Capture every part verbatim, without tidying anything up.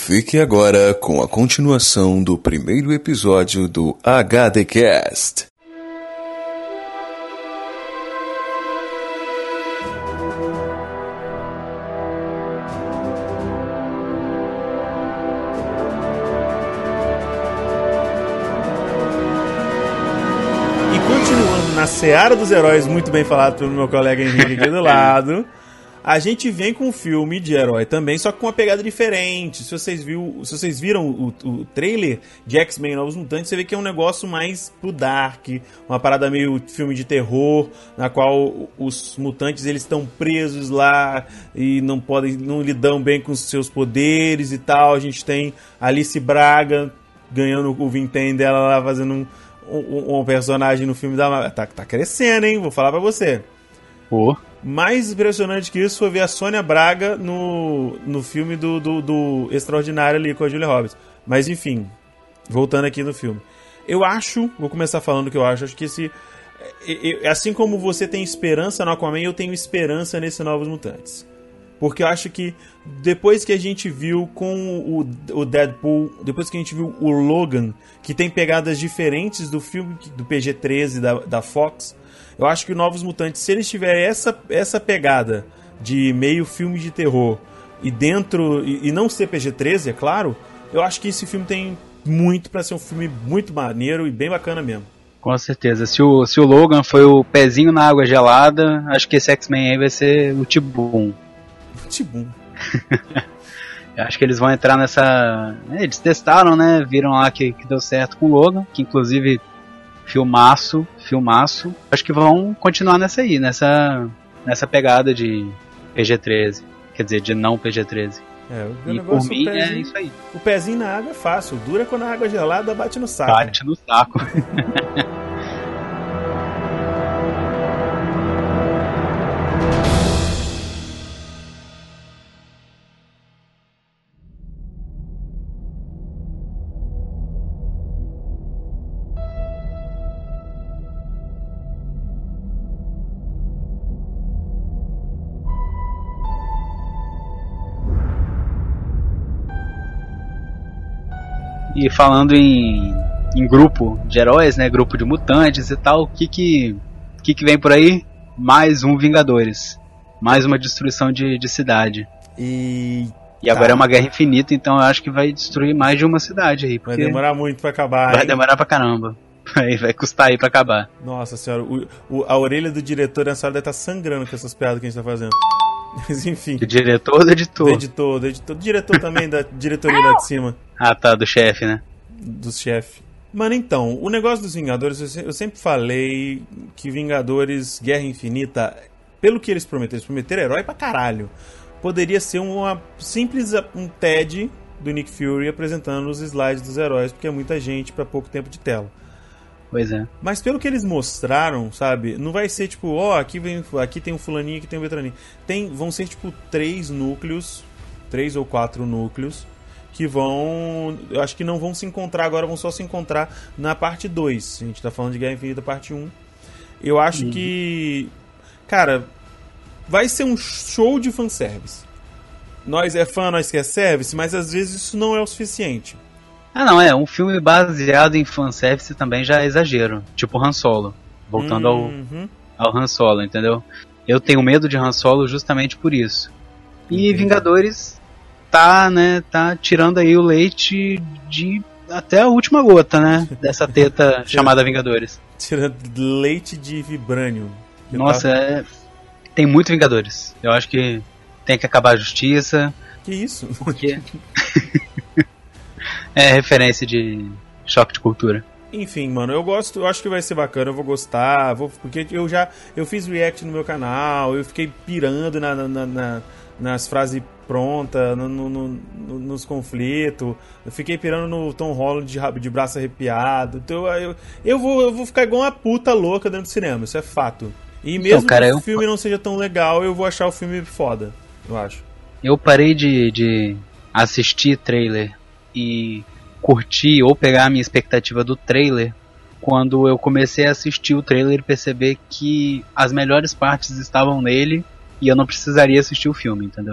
Fique agora com a continuação do primeiro episódio do HDcast. E continuando na seara dos heróis, muito bem falado pelo meu colega Henrique aqui do lado, a gente vem com um filme de herói também, só que com uma pegada diferente. Se vocês, viu, se vocês viram o, o trailer de X-Men Novos Mutantes, você vê que é um negócio mais pro dark, uma parada meio filme de terror, na qual os mutantes eles estão presos lá e não podem, não lidam bem com os seus poderes e tal. A gente tem Alice Braga ganhando o vintém dela lá, fazendo um, um, um personagem no filme da Marvel. Tá, tá crescendo, hein? Vou falar pra você. Pô. Oh. Mais impressionante que isso foi ver a Sônia Braga no, no filme do, do, do Extraordinário ali com a Julia Roberts. Mas enfim, voltando aqui no filme. Eu acho, vou começar falando o que eu acho, acho que esse... Eu, assim como você tem esperança no Aquaman, eu tenho esperança nesse Novos Mutantes. Porque eu acho que depois que a gente viu com o, o Deadpool, depois que a gente viu o Logan, que tem pegadas diferentes do filme do P G treze da, da Fox, eu acho que o Novos Mutantes, se eles tiverem essa, essa pegada de meio filme de terror e dentro e, e não ser P G treze, é claro, eu acho que esse filme tem muito pra ser um filme muito maneiro e bem bacana mesmo. Com certeza. Se o, se o Logan foi o pezinho na água gelada, acho que esse X-Men aí vai ser o Tibum. Tibum. Eu acho que eles vão entrar nessa... Eles testaram, né? Viram lá que, que deu certo com o Logan, que inclusive... Filmaço, filmaço. Acho que vão continuar nessa aí, nessa, nessa pegada de P G treze. Quer dizer, de não P G treze. É, o e por mim pezinho, é isso aí. O pezinho na água é fácil. Dura quando a água gelada bate no saco. Bate no saco. E falando em, em grupo de heróis, né, grupo de mutantes e tal, o que que, que que vem por aí? Mais um Vingadores. Mais uma destruição de, de cidade. E... E agora tá. É uma guerra infinita, então eu acho que vai destruir mais de uma cidade aí. Vai demorar muito pra acabar, Vai hein? demorar pra caramba. Vai, vai custar aí pra acabar. Nossa senhora, o, o, a orelha do diretor nessa hora deve estar sangrando com essas piadas que a gente tá fazendo. Mas enfim. Do diretor ou do editor? Do editor, do editor. Do diretor também, da diretoria lá de cima. Ah tá, do chefe, né? Do chefe. Mano, então, o negócio dos Vingadores, eu sempre falei que Vingadores Guerra Infinita, pelo que eles prometeram, eles prometeram herói pra caralho. Poderia ser uma simples um T E D do Nick Fury apresentando os slides dos heróis, porque é muita gente pra pouco tempo de tela. Pois é. Mas pelo que eles mostraram, sabe, não vai ser tipo, ó, oh, aqui, vem, aqui tem um fulaninho, aqui tem um vetraninho. Tem, vão ser tipo três núcleos, três ou quatro núcleos, que vão, eu acho que não vão se encontrar agora, vão só se encontrar na parte dois. A gente tá falando de Guerra Infinita parte um. Eu acho uhum. que, cara, vai ser um show de fanservice. Nós é fã, nós quer service, mas às vezes isso não é o suficiente. Ah não, é, um filme baseado em fanservice também já é exagero. Tipo Han Solo. Voltando uhum. ao, ao Han Solo, entendeu? Eu tenho medo de Han Solo justamente por isso. E Entendi. Vingadores tá, né, tá tirando aí o leite de até a última gota, né? Dessa teta chamada Vingadores. Tirando leite de vibranium. Nossa, é, tem muito Vingadores. Eu acho que tem que acabar a justiça. Que isso? Porque... É referência de choque de cultura. Enfim, mano, eu gosto, eu acho que vai ser bacana, eu vou gostar, vou, porque eu já eu fiz react no meu canal, eu fiquei pirando na, na, na, nas frases prontas, no, no, no, nos conflitos, eu fiquei pirando no Tom Holland de, de braço arrepiado, então eu, eu, vou, eu vou ficar igual uma puta louca dentro do cinema, isso é fato. E mesmo então, cara, que o eu... filme não seja tão legal, eu vou achar o filme foda, eu acho. Eu parei de, de assistir trailer e curtir ou pegar a minha expectativa do trailer quando eu comecei a assistir o trailer e perceber que as melhores partes estavam nele e eu não precisaria assistir o filme, entendeu?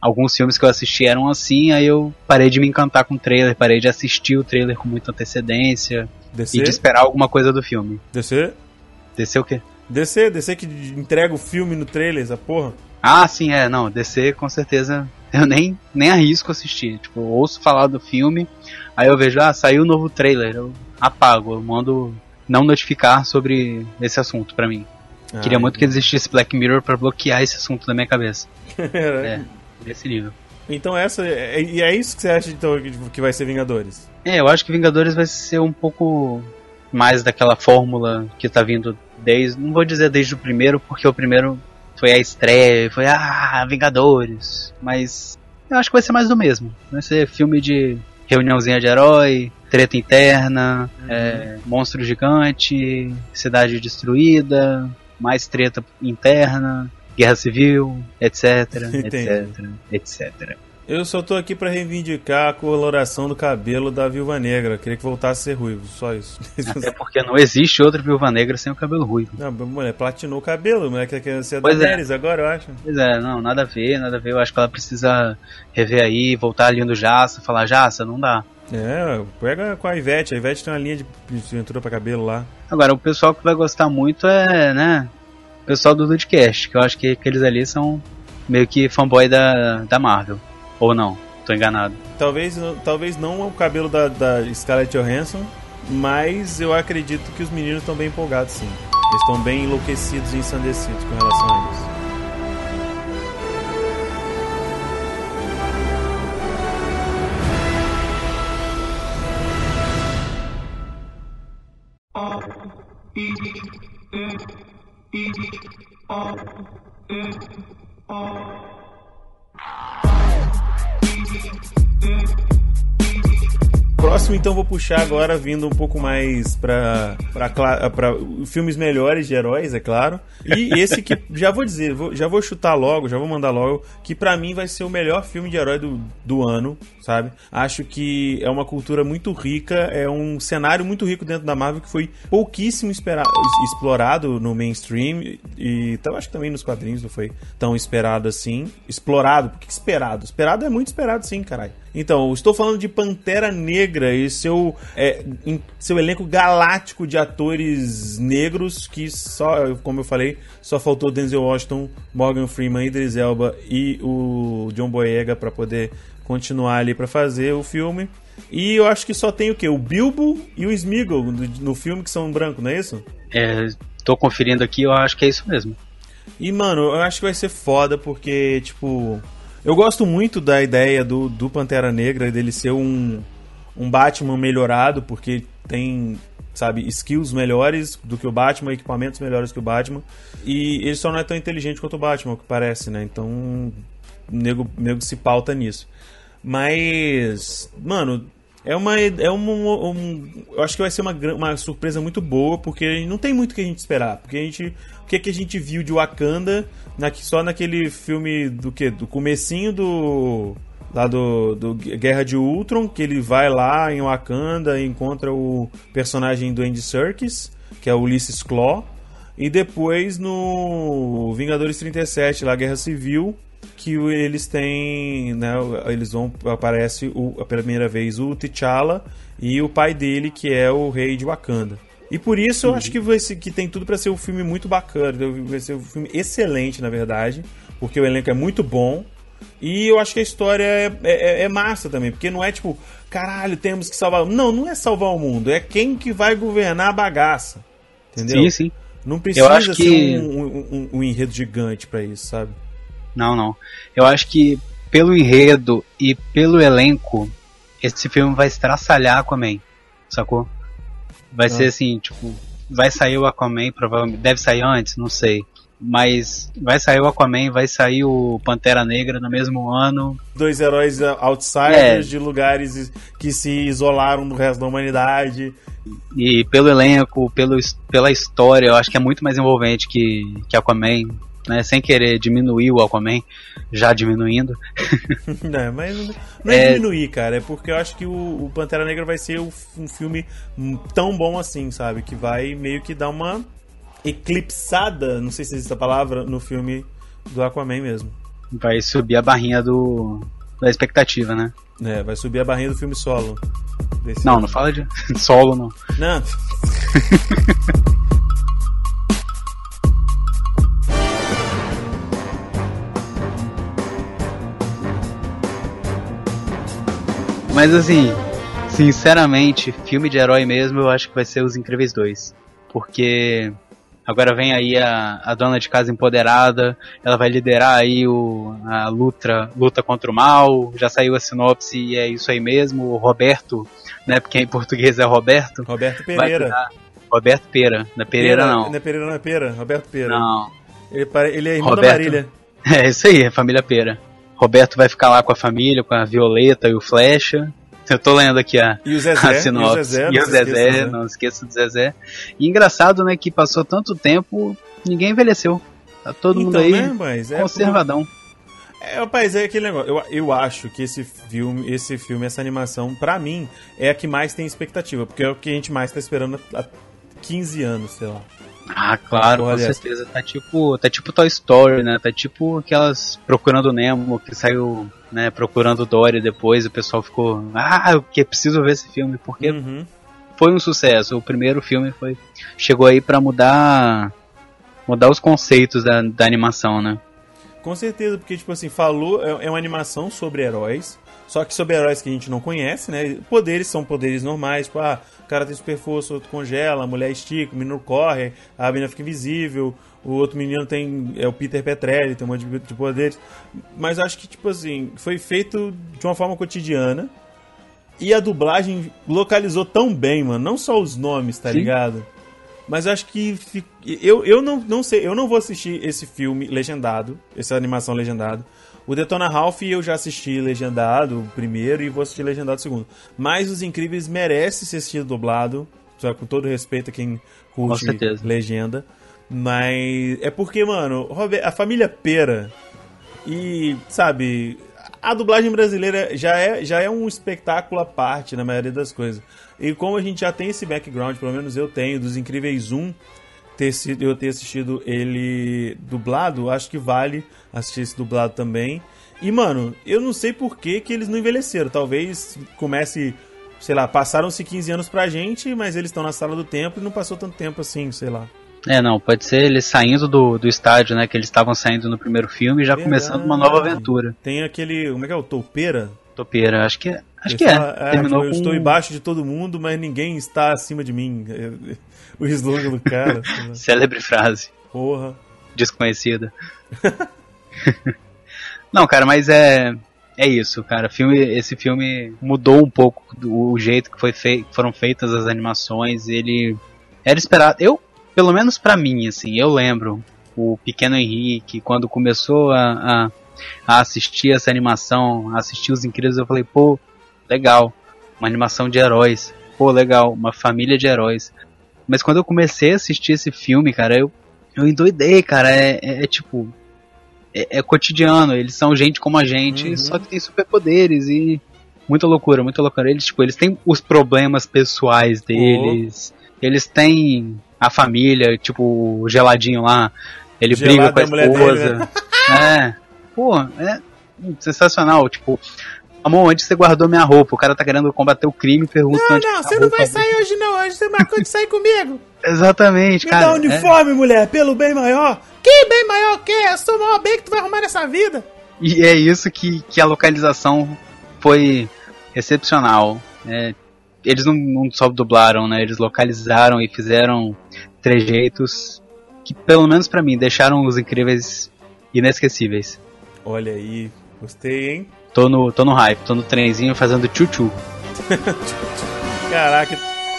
alguns filmes que eu assisti eram assim, aí eu parei de me encantar com o trailer, parei de assistir o trailer com muita antecedência D C? e de esperar alguma coisa do filme. D C? D C o quê? D C, D C que entrega o filme no trailer, essa porra. Ah, sim, é, não, D C com certeza eu nem, nem arrisco assistir. Tipo, eu ouço falar do filme, aí eu vejo, ah, saiu o novo trailer, eu apago, eu mando não notificar sobre esse assunto pra mim. Ah, Queria muito que existisse Black Mirror pra bloquear esse assunto da minha cabeça. É, desse nível. Então essa, e é isso que você acha então que vai ser Vingadores? É, eu acho que Vingadores vai ser um pouco mais daquela fórmula que tá vindo desde, não vou dizer desde o primeiro, porque o primeiro foi a estreia, foi, ah, Vingadores, mas eu acho que vai ser mais do mesmo. Vai ser filme de reuniãozinha de herói, treta interna, uhum. é, monstro gigante, cidade destruída, mais treta interna, guerra civil, etc, etc, etcétera. Eu só tô aqui pra reivindicar a coloração do cabelo da Viúva Negra. Eu queria que voltasse a ser ruivo, só isso. Até porque não existe outra Viúva Negra sem o cabelo ruivo. Não, mulher platinou o cabelo, mulher quer ser da pois Daenerys é. agora, eu acho. Pois é, não, nada a ver, nada a ver. Eu acho que ela precisa rever aí, voltar ali no Jaça, falar, Jaça, não dá. É, pega com a Ivete. A Ivete tem uma linha de pintura pra cabelo lá. Agora, o pessoal que vai gostar muito é, né, o pessoal do Ludcast, que eu acho que aqueles ali são meio que fanboy da, da Marvel. Ou não, tô enganado. Talvez, talvez não o cabelo da, da Scarlett Johansson, mas eu acredito que os meninos estão bem empolgados, sim. Eles estão bem enlouquecidos e ensandecidos com relação a isso. Próximo, então, vou puxar agora, vindo um pouco mais pra, pra, pra filmes melhores de heróis, é claro. E esse que, já vou dizer, vou, já vou chutar logo, já vou mandar logo, que pra mim vai ser o melhor filme de herói do, do ano, sabe? Acho que é uma cultura muito rica, é um cenário muito rico dentro da Marvel que foi pouquíssimo espera- explorado no mainstream, e então, acho que também nos quadrinhos não foi tão esperado assim. Explorado, por que esperado? Esperado é muito esperado sim, caralho. Então, estou falando de Pantera Negra e seu, é, em, seu elenco galáctico de atores negros que só, como eu falei, só faltou Denzel Washington, Morgan Freeman, Idris Elba e o John Boyega para poder continuar ali para fazer o filme. E eu acho que só tem o quê? O Bilbo e o Sméagol no, no filme, que são brancos, não é isso? É, tô conferindo aqui, eu acho que é isso mesmo. E, mano, eu acho que vai ser foda porque, tipo... Eu gosto muito da ideia do, do Pantera Negra, dele ser um, um Batman melhorado, porque tem, sabe, skills melhores do que o Batman, equipamentos melhores que o Batman, e ele só não é tão inteligente quanto o Batman, o que parece, né? Então, o nego, nego se pauta nisso. Mas, mano, é uma... É um, um, eu acho que vai ser uma, uma surpresa muito boa, porque não tem muito o que a gente esperar, porque a gente... O que, que a gente viu de Wakanda na, só naquele filme do que? Do comecinho do... Lá do, do Guerra de Ultron, que ele vai lá em Wakanda e encontra o personagem do Andy Serkis, que é o Ulysses Claw. E depois no Vingadores trinta e sete, lá Guerra Civil, que eles têm, né, eles vão, aparece o, pela primeira vez o T'Challa e o pai dele, que é o rei de Wakanda. E por isso eu acho que, vai ser, que tem tudo pra ser um filme muito bacana, vai ser um filme excelente, na verdade, porque o elenco é muito bom, e eu acho que a história é, é, é massa também, porque não é tipo, caralho, temos que salvar... Não, não é salvar o mundo, é quem que vai governar a bagaça, entendeu? Sim, sim. Não precisa eu acho ser que... um, um, um, um enredo gigante pra isso, sabe? Não, não. Eu acho que pelo enredo e pelo elenco, esse filme vai estraçalhar Aquaman, sacou? Vai ah. ser assim, tipo, vai sair o Aquaman, provavelmente, deve sair antes, não sei. Mas vai sair o Aquaman, vai sair o Pantera Negra no mesmo ano. Dois heróis outsiders é. de lugares que se isolaram do resto da humanidade. E pelo elenco, pelo, pela história, eu acho que é muito mais envolvente que, que Aquaman. Né, sem querer diminuir o Aquaman, já diminuindo. Não, mas não é, é diminuir, cara, é porque eu acho que o, o Pantera Negra vai ser um filme tão bom assim, sabe? Que vai meio que dar uma eclipsada, não sei se existe essa palavra, no filme do Aquaman mesmo. Vai subir a barrinha do da expectativa, né? É, vai subir a barrinha do filme solo. Desse não, ano. não fala de solo, não. Não. Mas assim, sinceramente, filme de herói mesmo, eu acho que vai ser Os Incríveis dois. Porque agora vem aí a, a dona de casa empoderada, ela vai liderar aí o, a luta, luta contra o mal, já saiu a sinopse e é isso aí mesmo, o Roberto, né, porque em português é Roberto. Roberto Pereira. Virar, Roberto Pera, não é Pereira não. Não é Pereira, não é Pera, Roberto Pera. Não. Ele, ele é irmão Roberto, da Marília. É isso aí, a família Pera. Roberto vai ficar lá com a família, com a Violeta e o Flecha. Eu tô lendo aqui a, e o Zezé, a sinopse. E o Zezé, e o Zezé esqueça, não esqueça do Zezé. E engraçado, né, que passou tanto tempo, ninguém envelheceu. Tá todo então, mundo aí né, mas é conservadão. Por... É, rapaz, é aquele negócio. Eu, eu acho que esse filme, esse filme, essa animação, pra mim, é a que mais tem expectativa. Porque é o que a gente mais tá esperando há quinze anos, sei lá. Ah, claro, com certeza. Tá tipo, tá tipo Toy Story, né? Tá tipo aquelas Procurando Nemo, que saiu, né, Procurando Dory depois, o pessoal ficou, ah, eu que preciso ver esse filme, porque uhum. foi um sucesso. O primeiro filme foi chegou aí pra mudar mudar os conceitos da, da animação, né? Com certeza, porque, tipo assim, falou, é uma animação sobre heróis, só que sobre heróis que a gente não conhece, né? Poderes são poderes normais, tipo, ah, o cara tem super força, o outro congela, a mulher estica, o menino corre, a menina fica invisível, o outro menino tem, é o Peter Petrelli, tem um monte de, de poderes. Mas eu acho que, tipo assim, foi feito de uma forma cotidiana e a dublagem localizou tão bem, mano, não só os nomes, tá Sim. ligado? Mas eu acho que eu, eu não, não sei, eu não vou assistir esse filme legendado, essa animação legendada. O Detona Ralph eu já assisti legendado o primeiro e vou assistir legendado o segundo. Mas Os Incríveis merece ser assistido dublado, só com todo respeito a quem curte legenda. Mas é porque, mano, a família Pera e, sabe, a dublagem brasileira já é, já é um espetáculo à parte na maioria das coisas. E como a gente já tem esse background, pelo menos eu tenho, dos Incríveis um, ter sido, eu ter assistido ele dublado, acho que vale assistir esse dublado também. E, mano, eu não sei por que, que eles não envelheceram. Talvez comece, sei lá, passaram-se quinze anos pra gente, mas eles estão na sala do tempo e não passou tanto tempo assim, sei lá. É, não, pode ser eles saindo do, do estádio, né, que eles estavam saindo no primeiro filme e já Verdade. começando uma nova aventura. Tem aquele, como é que é, o Toupeira? Toupeira, acho que é. Acho que fala, é. é Terminou eu com... estou embaixo de todo mundo, mas ninguém está acima de mim. O slogan do cara. Célebre frase. Porra. Desconhecida. Não, cara, mas é é isso, cara. Filme, esse filme mudou um pouco do, o jeito que foi fei, foram feitas as animações. Ele era esperado. Eu, pelo menos pra mim, assim, eu lembro o Pequeno Henrique, quando começou a, a, a assistir essa animação, a assistir Os Incríveis, eu falei, pô, legal, uma animação de heróis, pô, legal, uma família de heróis. Mas quando eu comecei a assistir esse filme, cara, eu, eu endoidei, cara, é, é, é tipo, é, é cotidiano, eles são gente como a gente, uhum. só que tem superpoderes e muita loucura, muita loucura. Eles, tipo, eles têm os problemas pessoais deles, oh. eles têm a família, tipo, o geladinho lá, ele Gelado briga com a esposa. Dele, né? É, pô, é sensacional, tipo, amor, onde você guardou minha roupa? O cara tá querendo combater o crime e pergunta Não, onde não, você não vai sair hoje não, hoje você marcou de sair comigo. Exatamente, Me cara. Me dá um uniforme, é... mulher, pelo bem maior. Que bem maior que é? Eu sou o maior bem que tu vai arrumar nessa vida. E é isso que, que a localização foi excepcional. É, eles não, não só dublaram, né? Eles localizaram e fizeram trejeitos que, pelo menos pra mim, deixaram Os Incríveis inesquecíveis. Olha aí, gostei, hein? Tô no, tô no hype, tô no trenzinho fazendo tchu-tchu. Caraca.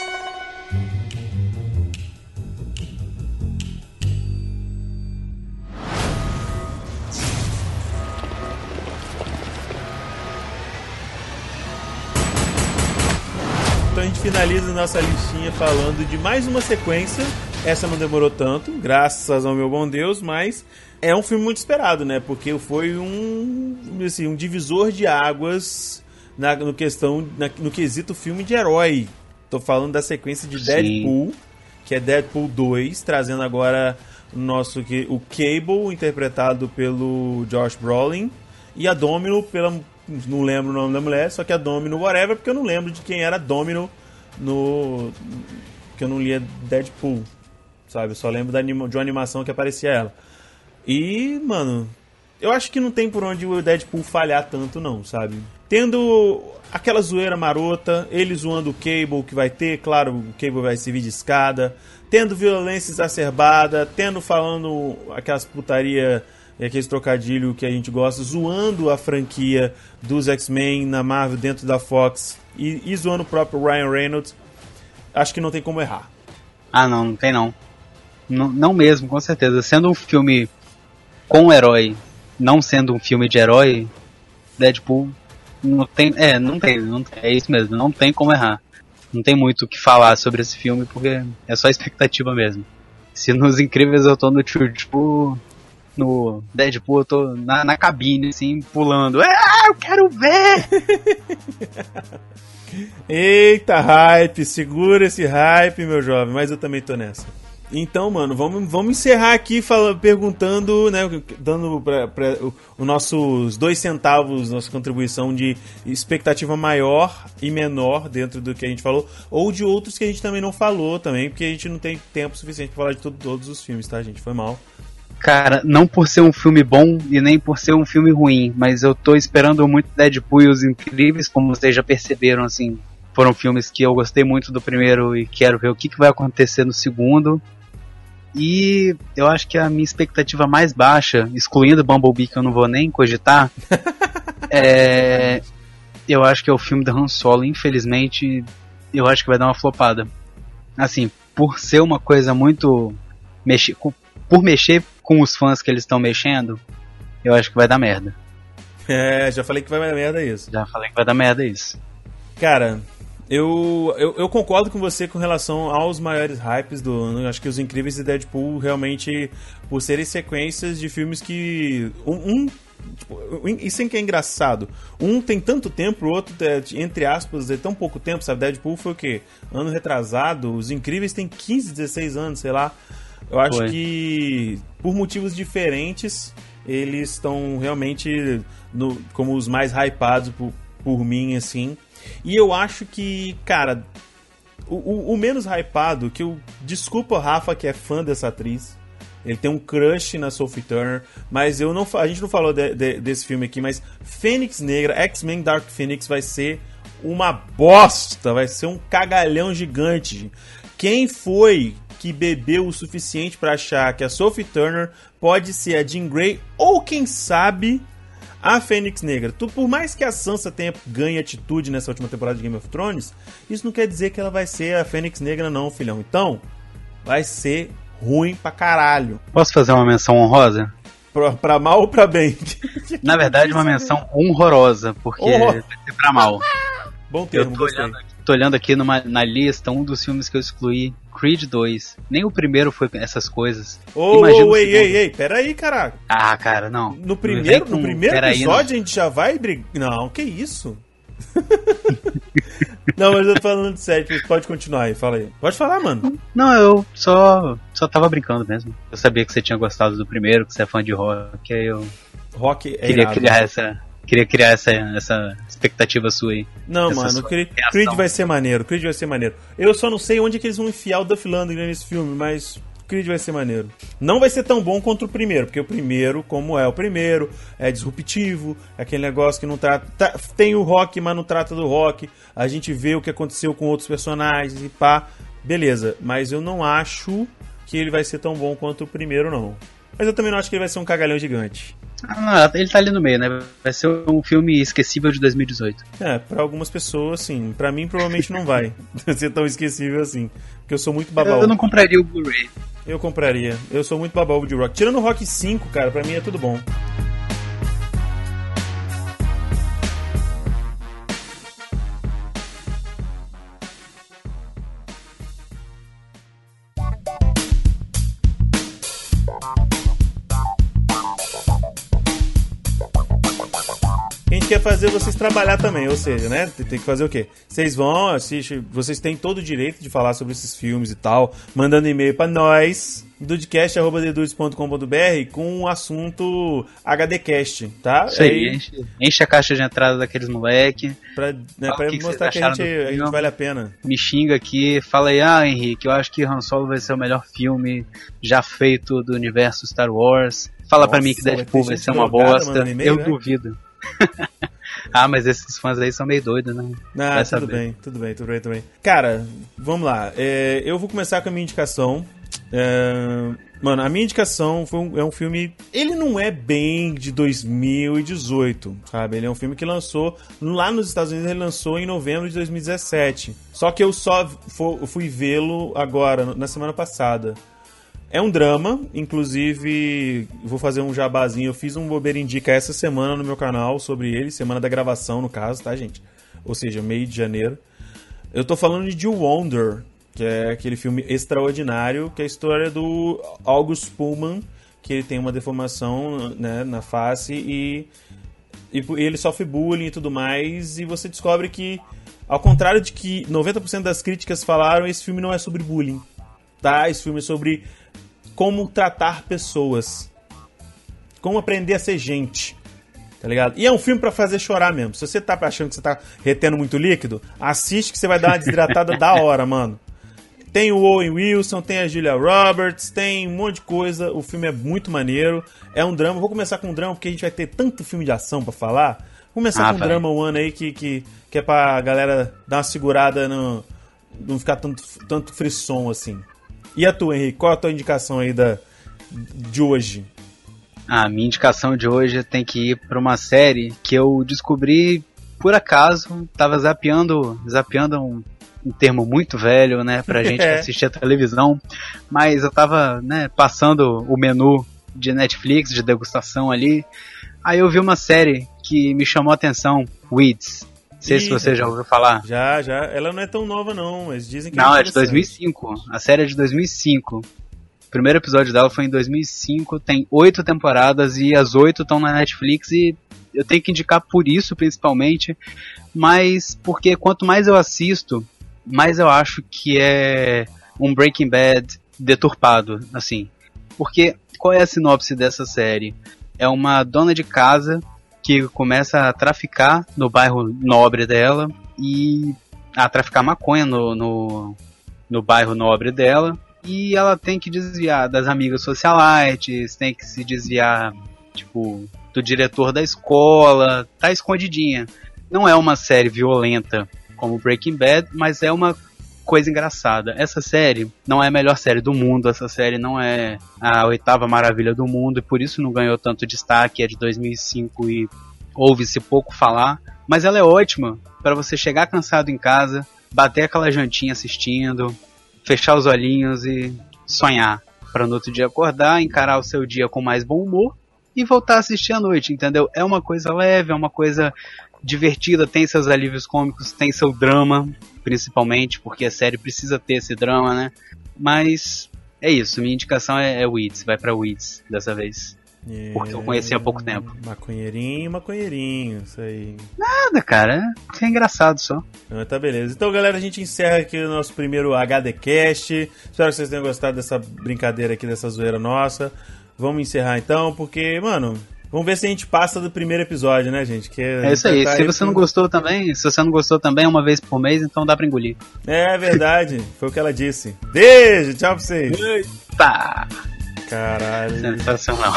Então a gente finaliza nossa listinha falando de mais uma sequência. Essa não demorou tanto, graças ao meu bom Deus, mas é um filme muito esperado, né? Porque foi um, assim, um divisor de águas na, no, questão, na, no quesito filme de herói. Tô falando da sequência de Deadpool, Sim. que é Deadpool dois, trazendo agora nosso, o Cable, interpretado pelo Josh Brolin, e a Domino, pela, não lembro o nome da mulher, só que a Domino whatever, porque eu não lembro de quem era a Domino no... que eu não lia Deadpool, sabe? Eu só lembro da anima, de uma animação que aparecia ela. E, mano, eu acho que não tem por onde o Deadpool falhar tanto não, sabe? Tendo aquela zoeira marota, ele zoando o Cable que vai ter, claro, o Cable vai servir de escada, tendo violência exacerbada, tendo falando aquelas putaria e aqueles trocadilhos que a gente gosta, zoando a franquia dos X-Men na Marvel dentro da Fox e, e zoando o próprio Ryan Reynolds, acho que não tem como errar. Ah, não, não tem não. Não, não mesmo, com certeza. Sendo um filme com herói, não sendo um filme de herói, Deadpool não tem, é, não tem, não tem, é isso mesmo, não tem como errar. Não tem muito o que falar sobre esse filme, porque é só expectativa mesmo. Se nos Incríveis eu tô no tipo, no Deadpool eu tô na, na cabine, assim, pulando. Ah, eu quero ver! Eita, hype, segura esse hype, meu jovem, mas eu também tô nessa. Então, mano, vamos, vamos encerrar aqui fala, perguntando, né, dando pra, pra, os nossos dois centavos, nossa contribuição de expectativa maior e menor dentro do que a gente falou, ou de outros que a gente também não falou também, porque a gente não tem tempo suficiente pra falar de tudo, todos os filmes, tá, gente? Foi mal. Cara, não por ser um filme bom e nem por ser um filme ruim, mas eu tô esperando muito Deadpool e Os Incríveis, como vocês já perceberam, assim, foram filmes que eu gostei muito do primeiro e quero ver o que, que vai acontecer no segundo. E eu acho que a minha expectativa mais baixa, excluindo Bumblebee, que eu não vou nem cogitar, é... eu acho que é o filme da Han Solo. Infelizmente, eu acho que vai dar uma flopada. Assim, por ser uma coisa muito... Mexe... Por mexer com os fãs que eles estão mexendo, eu acho que vai dar merda. É, já falei que vai dar merda isso. Já falei que vai dar merda isso. Cara, eu, eu, eu concordo com você com relação aos maiores hypes do ano. Acho que Os Incríveis e Deadpool realmente, por serem sequências de filmes que... Um, um tipo, isso é que é engraçado. Um tem tanto tempo, o outro, entre aspas, é tão pouco tempo, sabe? Deadpool foi o quê? Ano retrasado. Os Incríveis tem quinze, dezesseis anos, sei lá. Eu acho Foi. que, por motivos diferentes, eles estão realmente no, como os mais hypados por, por mim, assim. E eu acho que, cara, o, o, o menos hypado, que eu... Desculpa o Rafa, que é fã dessa atriz. Ele tem um crush na Sophie Turner, mas eu não, a gente não falou de, de, desse filme aqui, mas Fênix Negra, X-Men Dark Phoenix vai ser uma bosta, vai ser um cagalhão gigante. Quem foi que bebeu o suficiente pra achar que a Sophie Turner pode ser a Jean Grey ou, quem sabe, a Fênix Negra? Tu, por mais que a Sansa tenha ganho atitude nessa última temporada de Game of Thrones, isso não quer dizer que ela vai ser a Fênix Negra não, filhão. Então, vai ser ruim pra caralho. Posso fazer uma menção honrosa? Pra, pra mal ou pra bem? Na verdade, uma menção horrorosa, porque Horror. vai ser pra mal. Bom termo, Eu tô gostei. olhando aqui, tô olhando aqui numa, na lista um dos filmes que eu excluí, Creed dois. Nem o primeiro foi essas coisas. Ô, Imagina ô, o ei, segundo. ei, ei, peraí, caraca. Ah, cara, não. No primeiro, com- no primeiro peraí, episódio não. a gente já vai brigar. Não, que isso? Não, mas eu tô falando sério, pode continuar aí, fala aí. Pode falar, mano. Não, eu só, só tava brincando mesmo. Eu sabia que você tinha gostado do primeiro, que você é fã de rock, aí eu Rock é queria irado. criar essa... Queria criar essa, essa expectativa sua aí. Não, essa mano, sua Creed, reação. Creed vai ser maneiro, Creed vai ser maneiro. Eu só não sei onde é que eles vão enfiar o Duff Lundgren nesse filme, mas Creed vai ser maneiro. Não vai ser tão bom quanto o primeiro, porque o primeiro, como é o primeiro, é disruptivo, é aquele negócio que não trata... Tá, tem o rock, mas não trata do rock. A gente vê o que aconteceu com outros personagens e pá, beleza. Mas eu não acho que ele vai ser tão bom quanto o primeiro, não. Mas eu também não acho que ele vai ser um cagalhão gigante. Ah, não, ele tá ali no meio, né? Vai ser um filme esquecível de dois mil e dezoito. É, pra algumas pessoas, sim. Pra mim, provavelmente não vai ser tão esquecível assim. Porque eu sou muito babau. Eu não compraria o Blu-ray. Eu compraria. Eu sou muito babau de rock. Tirando o Rock cinco, cara, pra mim é tudo bom. A gente quer fazer vocês trabalhar também, ou seja, né? Tem que fazer o quê? Vocês vão, assistem, vocês têm todo o direito de falar sobre esses filmes e tal, mandando e-mail pra nós, dudecast arroba dedudes ponto com ponto b r, com o assunto HDcast, tá? Isso aí, aí enche, enche a caixa de entrada daqueles moleque. Pra, né, pra que mostrar que, que a gente, a gente vale a pena. Me xinga aqui, fala aí, ah, Henrique, eu acho que Han Solo vai ser o melhor filme já feito do universo Star Wars. Fala Nossa, pra mim que Deadpool vai, vai ser uma bosta. Eu né? duvido. Ah, mas esses fãs aí são meio doidos, né? Ah, vai tudo saber. bem, tudo bem, tudo bem, tudo bem. Cara, vamos lá. É, eu vou começar com a minha indicação. É, mano, a minha indicação foi um, é um filme... Ele não é bem de dois mil e dezoito, sabe? Ele é um filme que lançou... Lá nos Estados Unidos ele lançou em novembro de dois mil e dezessete. Só que eu só fui vê-lo agora, na semana passada. É um drama, inclusive vou fazer um jabazinho, eu fiz um Bobeira Indica essa semana no meu canal sobre ele, semana da gravação no caso, tá gente? Ou seja, meio de janeiro. Eu tô falando de Wonder, que é aquele filme extraordinário, que é a história do August Pullman, que ele tem uma deformação, né, na face e, e ele sofre bullying e tudo mais, e você descobre que, ao contrário de que noventa por cento das críticas falaram, esse filme não é sobre bullying, tá? Esse filme é sobre como tratar pessoas, como aprender a ser gente, tá ligado? E é um filme pra fazer chorar mesmo. Se você tá achando que você tá retendo muito líquido, assiste que você vai dar uma desidratada da hora, mano. Tem o Owen Wilson, tem a Julia Roberts, tem um monte de coisa. O filme é muito maneiro. É um drama. Vou começar com um drama porque a gente vai ter tanto filme de ação pra falar. Vou começar ah, com um drama um ano aí que, que, que é pra galera dar uma segurada, no, não ficar tanto, tanto frisson assim. E a tua, Henrique? Qual a tua indicação aí da, de hoje? A minha indicação de hoje tem que ir para uma série que eu descobri por acaso. Tava zapeando, zapeando um, um termo muito velho, né, pra gente é. assistir a televisão. Mas eu tava, né, passando o menu de Netflix, de degustação ali. Aí eu vi uma série que me chamou a atenção, Weeds. Não sei Ih, se você já ouviu falar. Já, já. Ela não é tão nova, não, mas dizem que não, é, é de dois mil e cinco. A série é de dois mil e cinco. O primeiro episódio dela foi em dois mil e cinco. Tem oito temporadas e as oito estão na Netflix. E eu tenho que indicar por isso, principalmente. Mas porque quanto mais eu assisto, mais eu acho que é um Breaking Bad deturpado, assim. Porque qual é a sinopse dessa série? É uma dona de casa que começa a traficar no bairro nobre dela e a traficar maconha no, no, no bairro nobre dela, e ela tem que desviar das amigas socialites, tem que se desviar, tipo, do diretor da escola, tá escondidinha. Não é uma série violenta como Breaking Bad, mas é uma coisa engraçada. Essa série não é a melhor série do mundo, essa série não é a oitava maravilha do mundo, e por isso não ganhou tanto destaque, é de dois mil e cinco e ouve-se pouco falar, mas ela é ótima para você chegar cansado em casa, bater aquela jantinha assistindo, fechar os olhinhos e sonhar, para no outro dia acordar, encarar o seu dia com mais bom humor e voltar a assistir à noite, entendeu? É uma coisa leve, é uma coisa divertida, tem seus alívios cômicos, tem seu drama, principalmente, porque a série precisa ter esse drama, né? Mas é isso, minha indicação é, é Weeds, vai pra Weeds dessa vez. Yeah. Porque eu conheci há pouco tempo. Maconheirinho, maconheirinho, isso aí. Nada, cara, é, é engraçado só. Então, tá beleza. Então, galera, a gente encerra aqui o nosso primeiro HDcast. Espero que vocês tenham gostado dessa brincadeira aqui, dessa zoeira nossa. Vamos encerrar então, porque, mano, vamos ver se a gente passa do primeiro episódio, né, gente? Que é isso aí. Tá se você não gostou também, se você não gostou também, uma vez por mês, então dá pra engolir. É verdade. Foi o que ela disse. Beijo, tchau pra vocês. Eita! Caralho. Sensacional.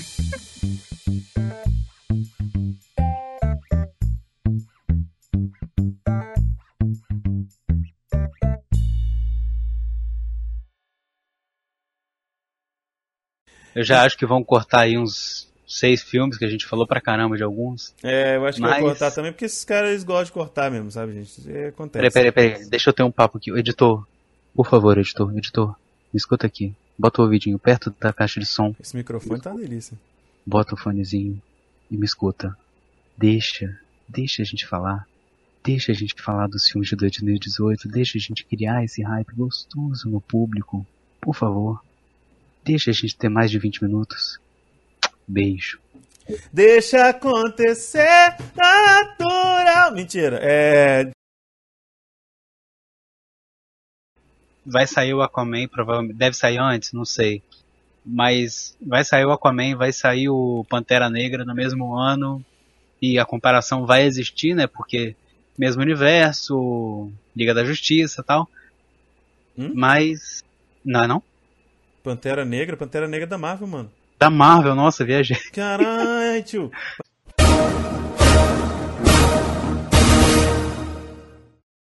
Eu já acho que vão cortar aí uns seis filmes, que a gente falou pra caramba de alguns. É, eu acho que mas... vai cortar também, porque esses caras eles gostam de cortar mesmo, sabe, gente? Isso acontece. Peraí, peraí, peraí. Deixa eu ter um papo aqui. Editor, por favor, editor, editor, me escuta aqui. Bota o ouvidinho perto da caixa de som. Esse microfone tá uma delícia. Bota o fonezinho e me escuta. Deixa, deixa a gente falar. Deixa a gente falar dos filmes de dois mil e dezoito. Deixa a gente criar esse hype gostoso no público. Por favor. Deixa a gente ter mais de vinte minutos. Beijo. Deixa acontecer natural. Mentira, é... Vai sair o Aquaman, provavelmente. Deve sair antes, não sei. Mas vai sair o Aquaman, vai sair o Pantera Negra no mesmo ano. E a comparação vai existir, né? Porque mesmo universo, Liga da Justiça e tal. Hum? Mas... Não é não? Pantera Negra? Pantera Negra da Marvel, mano. Da Marvel, nossa, viajei. Caralho, tio.